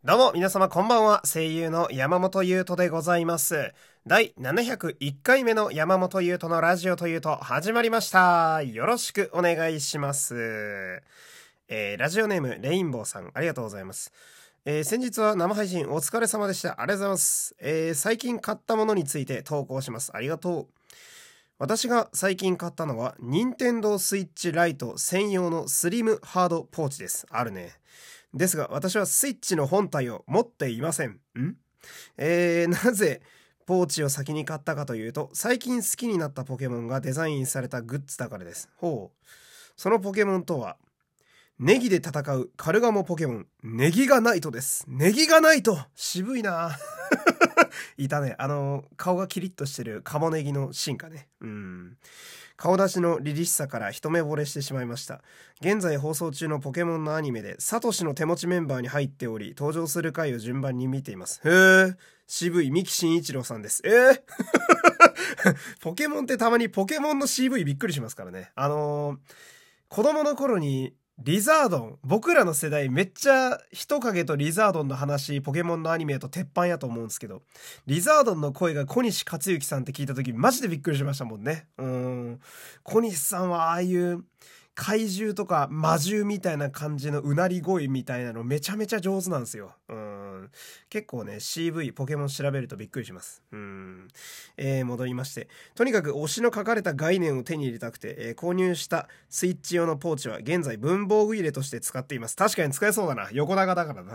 どうも皆様こんばんは。声優の山本優斗でございます。第701回目の山本優斗のラジオというと始まりました。よろしくお願いします。ラジオネームレインボーさん、ありがとうございます。先日は生配信お疲れ様でした。ありがとうございます。最近買ったものについて投稿します。ありがとう。私が最近買ったのは任天堂スイッチライト専用のスリムハードポーチです。あるね。ですが私はスイッチの本体を持っていません。なぜポーチを先に買ったかというと、最近好きになったポケモンがデザインされたグッズだからです。ほう。そのポケモンとは、ネギで戦うカルガモポケモン、ネギガナイトです。ネギガナイト渋いないたね。顔がキリッとしてるカモネギの進化ね。顔出しの凛々しさから一目惚れしてしまいました。現在放送中のポケモンのアニメでサトシの手持ちメンバーに入っており、登場する回を順番に見ています。へえ、渋い三木真一郎さんです。ポケモンってたまにポケモンの CV びっくりしますからね。子供の頃にリザードン、僕らの世代めっちゃ人影とリザードンの話、ポケモンのアニメだと鉄板やと思うんですけど、リザードンの声が小西克幸さんって聞いた時マジでびっくりしましたもんね。小西さんはああいう怪獣とか魔獣みたいな感じのうなり声みたいなのめちゃめちゃ上手なんですよ。結構ね CV ポケモン調べるとびっくりします。戻りまして、とにかく推しの書かれた概念を手に入れたくて、購入したスイッチ用のポーチは現在文房具入れとして使っています。確かに使えそうだな。横長だからな。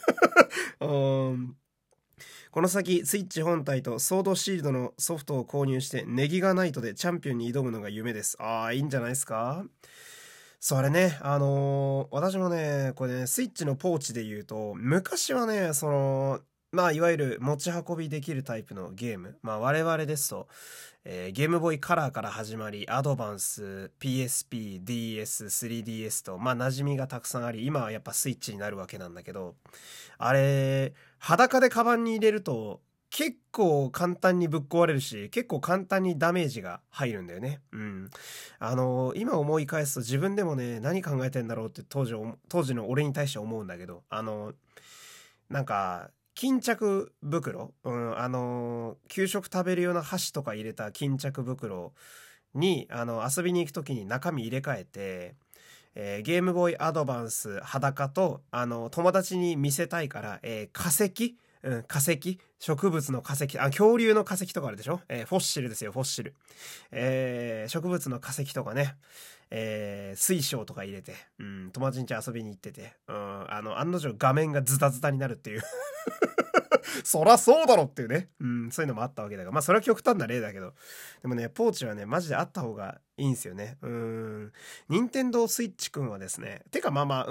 この先スイッチ本体とソードシールドのソフトを購入してネギガナイトでチャンピオンに挑むのが夢です。いいんじゃないですか。それね、私もね、これね、スイッチのポーチで言うと、昔はね、いわゆる持ち運びできるタイプのゲーム。我々ですと、ゲームボーイカラーから始まり、アドバンス、PSP、DS、3DS と、馴染みがたくさんあり、今はやっぱスイッチになるわけなんだけど、あれ、裸でカバンに入れると、結構簡単にぶっ壊れるし、結構簡単にダメージが入るんだよね。今思い返すと自分でもね、何考えてんだろうって当時の俺に対して思うんだけど、なんか、巾着袋、給食食べるような箸とか入れた巾着袋に、遊びに行くときに中身入れ替えて、ゲームボーイアドバンス裸と、友達に見せたいから、化石、化石、植物の化石、恐竜の化石とかあるでしょ、フォッシルですよ、フォッシル。植物の化石とかね、水晶とか入れて、友達ん家遊びに行ってて、案の定画面がズタズタになるっていう。そらそうだろっていうね。そういうのもあったわけだが。それは極端な例だけど。でもね、ポーチはね、マジであった方がいいんすよね。任天堂スイッチくんはですね、てか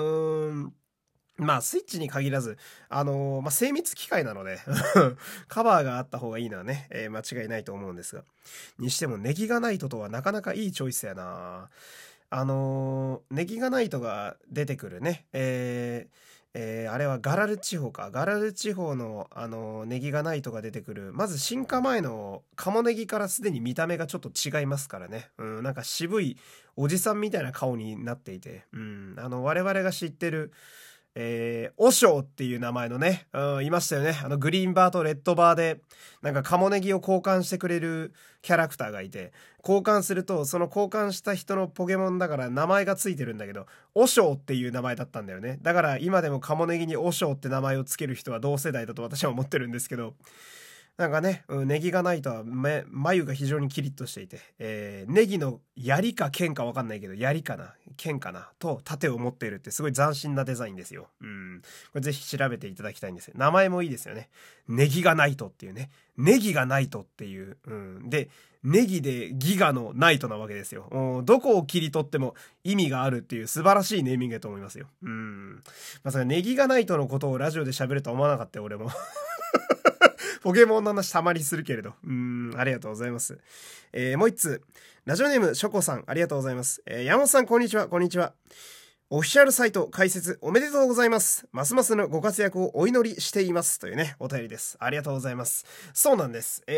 スイッチに限らず、精密機械なのでカバーがあった方がいいのはね、間違いないと思うんですが。にしても、ネギガナイトとはなかなかいいチョイスやな。ネギガナイトが出てくるね、あれはガラル地方か。ガラル地方の、ネギガナイトが出てくる。まず進化前のカモネギからすでに見た目がちょっと違いますからね。なんか渋いおじさんみたいな顔になっていて。我々が知ってる、オショーっていう名前のね、いましたよね。グリーンバーとレッドバーで、なんかカモネギを交換してくれるキャラクターがいて、交換すると、その交換した人のポケモンだから名前がついてるんだけど、オショーっていう名前だったんだよね。だから今でもカモネギにオショーって名前をつける人は同世代だと私は思ってるんですけど、なんかね、ネギがないとは眉が非常にキリッとしていて、ネギの槍か剣か分かんないけど、槍かな剣かなと盾を持っているってすごい斬新なデザインですよ。これぜひ調べていただきたいんですよ。名前もいいですよね。ネギがナイトっていうね。ネギがナイトっていう。で、ネギでギガのナイトなわけですよ。どこを切り取っても意味があるっていう素晴らしいネーミングだと思いますよ。まさかネギがナイトのことをラジオで喋るとは思わなかったよ、俺も。ポケモンの話たまにするけれど。ありがとうございます。もう一つ。ラジオネーム、ショコさん、ありがとうございます。山本さん、こんにちは、こんにちは。オフィシャルサイト開設おめでとうございます。ますますのご活躍をお祈りしています。というね、お便りです。ありがとうございます。そうなんです。ツ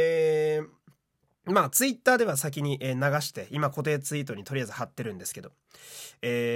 イッターでは先に流して、今固定ツイートにとりあえず貼ってるんですけど、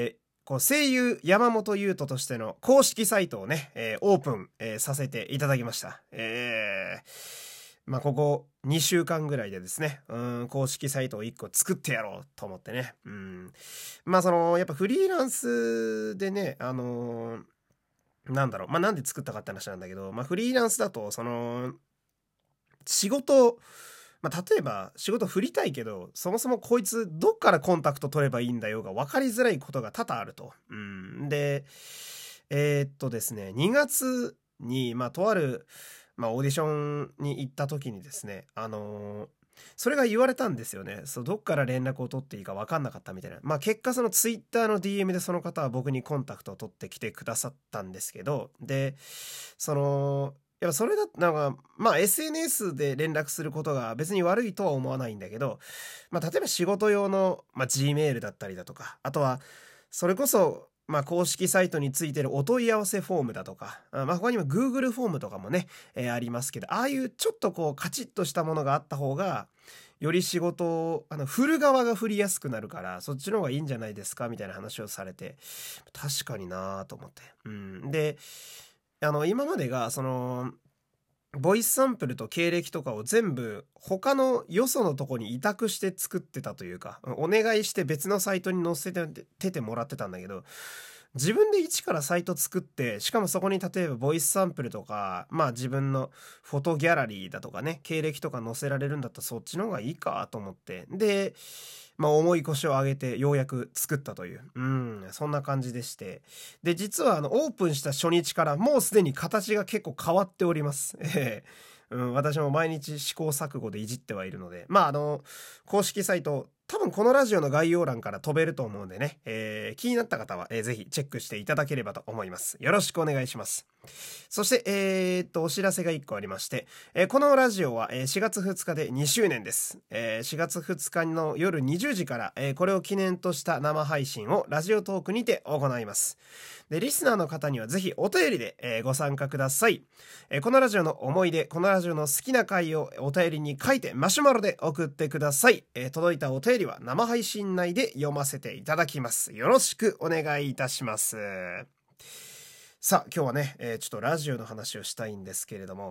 こう声優山本優斗としての公式サイトをね、オープン、させていただきました。まあここ2週間ぐらいでですね、公式サイトを1個作ってやろうと思ってね。まあやっぱフリーランスでね、なんだろう、まあなんで作ったかって話なんだけど、まあフリーランスだと、仕事、まあ、例えば仕事振りたいけど、そもそもこいつどっからコンタクト取ればいいんだよが分かりづらいことが多々あると。で、ですね、2月に、まあ、とある、まあ、オーディションに行った時にですね、それが言われたんですよね。どっから連絡を取っていいか分かんなかったみたいな。まあ結果そのツイッターの DM でその方は僕にコンタクトを取ってきてくださったんですけど、で、やっぱそれだとなんか、まあ SNS で連絡することが別に悪いとは思わないんだけど、まあ例えば仕事用の、まあ、Gmail だったりだとか、あとはそれこそまあ公式サイトについてるお問い合わせフォームだとか、まあ他にも Google フォームとかもね、ありますけど、ああいうちょっとこうカチッとしたものがあった方が、より仕事を、振る側が振りやすくなるから、そっちの方がいいんじゃないですかみたいな話をされて、確かになぁと思って。で、今までが、ボイスサンプルと経歴とかを全部他のよそのとこに委託して作ってたというか、お願いして別のサイトに載せてもらってたんだけど、自分で一からサイト作って、しかもそこに例えばボイスサンプルとか、まあ自分のフォトギャラリーだとかね、経歴とか載せられるんだったらそっちの方がいいかと思って、で、まあ重い腰を上げてようやく作ったという、そんな感じでして、で、実はオープンした初日からもうすでに形が結構変わっております。私も毎日試行錯誤でいじってはいるので、まあ公式サイト、多分このラジオの概要欄から飛べると思うんでね、気になった方は、ぜひチェックしていただければと思います。よろしくお願いします。そして、お知らせが1個ありまして、このラジオは、4月2日で2周年です。4月2日の夜20時から、これを記念とした生配信をラジオトークにて行います。で、リスナーの方にはぜひお便りで、ご参加ください。このラジオの思い出、このラジオの好きな回をお便りに書いてマシュマロで送ってください。届いたお便りは生配信内で読ませていただきます。よろしくお願いいたします。さあ、今日はね、ちょっとラジオの話をしたいんですけれども、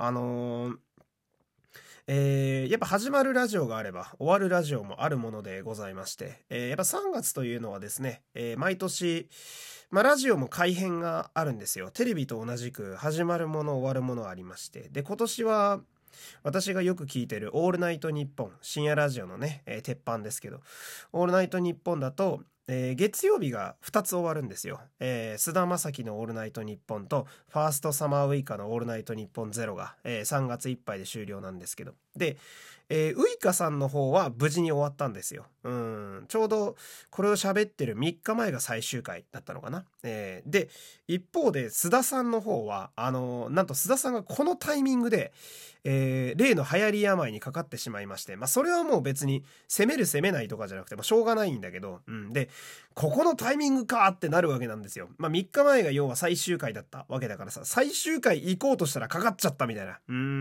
やっぱ始まるラジオがあれば終わるラジオもあるものでございまして、やっぱ3月というのはですね、毎年、まあラジオも改編があるんですよ。テレビと同じく始まるもの終わるものありまして、で今年は私がよく聞いてるオールナイトニッポン深夜ラジオのね、鉄板ですけど、オールナイトニッポンだと月曜日が2つ終わるんですよ。菅田将暉のオールナイトニッポンとファーストサマーウイカのオールナイトニッポンゼロが、3月いっぱいで終了なんですけど。で、ウイカさんの方は無事に終わったんですよ。ちょうどこれを喋ってる3日前が最終回だったのかな。で、一方で須田さんの方は、なんと須田さんがこのタイミングで、例の流行り病にかかってしまいまして、まあそれはもう別に責める責めないとかじゃなくて、まあしょうがないんだけど、で、ここのタイミングかってなるわけなんですよ。まあ3日前が要は最終回だったわけだからさ、最終回行こうとしたらかかっちゃったみたいな。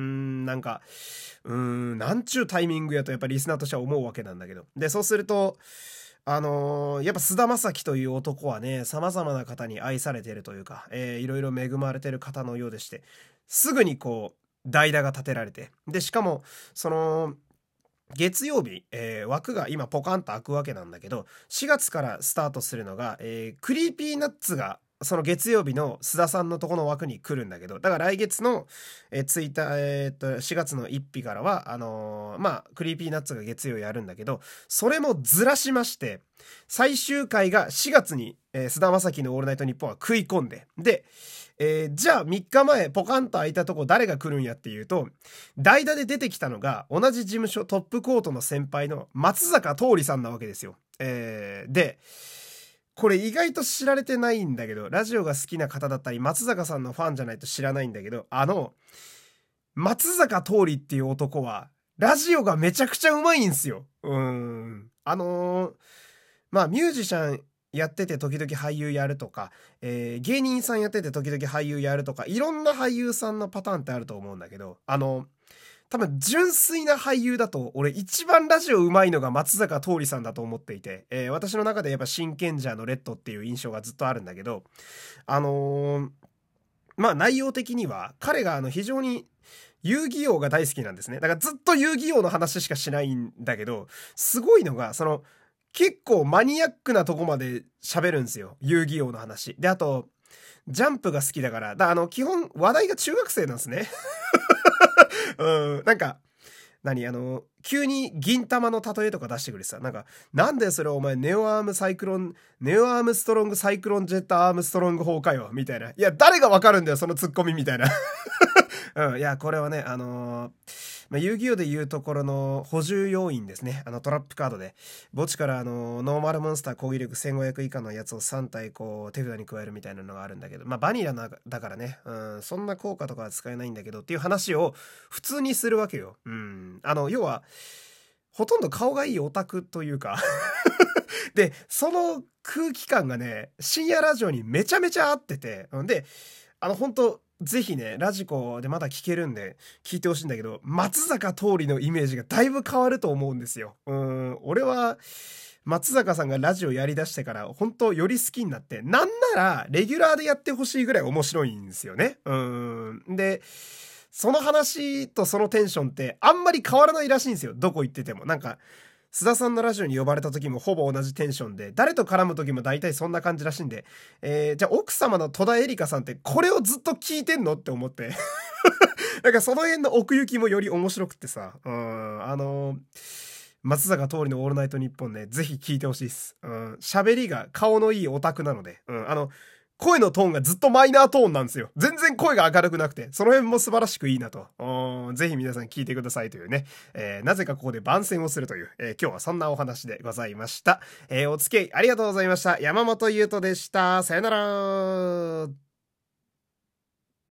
なんちゅうタイミングやとやっぱりリスナーとしては思うわけなんだけど。で、そうすると、やっぱ菅田将暉という男はね、様々な方に愛されているというか、いろいろ恵まれている方のようでして、すぐにこう、代打が立てられて、で、しかも、月曜日、枠が今ポカンと開くわけなんだけど、4月からスタートするのが、クリーピーナッツがその月曜日の須田さんのとこの枠に来るんだけど、だから来月の、4月の1日からは、まあ、クリーピーナッツが月曜やるんだけど、それもずらしまして、最終回が4月に、菅田将暉のオールナイトニッポンは食い込んで、で、じゃあ3日前ポカンと開いたとこ誰が来るんやっていうと、代打で出てきたのが同じ事務所トップコートの先輩の松坂桃李さんなわけですよ。で、これ意外と知られてないんだけど、ラジオが好きな方だったり松坂さんのファンじゃないと知らないんだけど、松坂桃李っていう男はラジオがめちゃくちゃうまいんすよ。まあミュージシャンやってて時々俳優やるとか、芸人さんやってて時々俳優やるとか、いろんな俳優さんのパターンってあると思うんだけど、 多分純粋な俳優だと、俺一番ラジオ上手いのが松坂桃李さんだと思っていて、私の中でやっぱ真剣者のレッドっていう印象がずっとあるんだけど、まあ内容的には、彼が非常に遊戯王が大好きなんですね。だからずっと遊戯王の話しかしないんだけど、すごいのが、結構マニアックなとこまで喋るんですよ。遊戯王の話。で、あと、ジャンプが好きだから、基本話題が中学生なんですね。なんか、急に銀玉の例えとか出してくれてさ、なんでそれお前ネオアームストロングサイクロンジェットアームストロング砲かよ、みたいな。いや、誰がわかるんだよ、そのツッコミみたいな。いや、これはね、遊戯王でいうところの補充要員ですね。トラップカードで、墓地からノーマルモンスター攻撃力1500以下のやつを3体こう手札に加えるみたいなのがあるんだけど、まあバニラだからね、そんな効果とかは使えないんだけどっていう話を普通にするわけよ。要は、ほとんど顔がいいオタクというかで、その空気感がね、深夜ラジオにめちゃめちゃ合ってて、で、本当ぜひね、ラジコでまだ聞けるんで、聞いてほしいんだけど、松坂桃李のイメージがだいぶ変わると思うんですよ。俺は、松坂さんがラジオやりだしてから、本当より好きになって、なんなら、レギュラーでやってほしいぐらい面白いんですよね。で、その話とそのテンションって、あんまり変わらないらしいんですよ。どこ行ってても。須田さんのラジオに呼ばれた時もほぼ同じテンションで、誰と絡む時も大体そんな感じらしいんで、じゃあ奥様の戸田恵梨香さんってこれをずっと聞いてんのって思って。その辺の奥行きもより面白くってさ、松坂桃李のオールナイトニッポンね、ぜひ聞いてほしいっす。喋りが顔のいいオタクなので、声のトーンがずっとマイナートーンなんですよ。全然声が明るくなくて、その辺も素晴らしくいいなと。ぜひ皆さん聞いてくださいというね。なぜかここで番宣をするという、今日はそんなお話でございました。お付き合いありがとうございました。山本優斗でした。さよなら。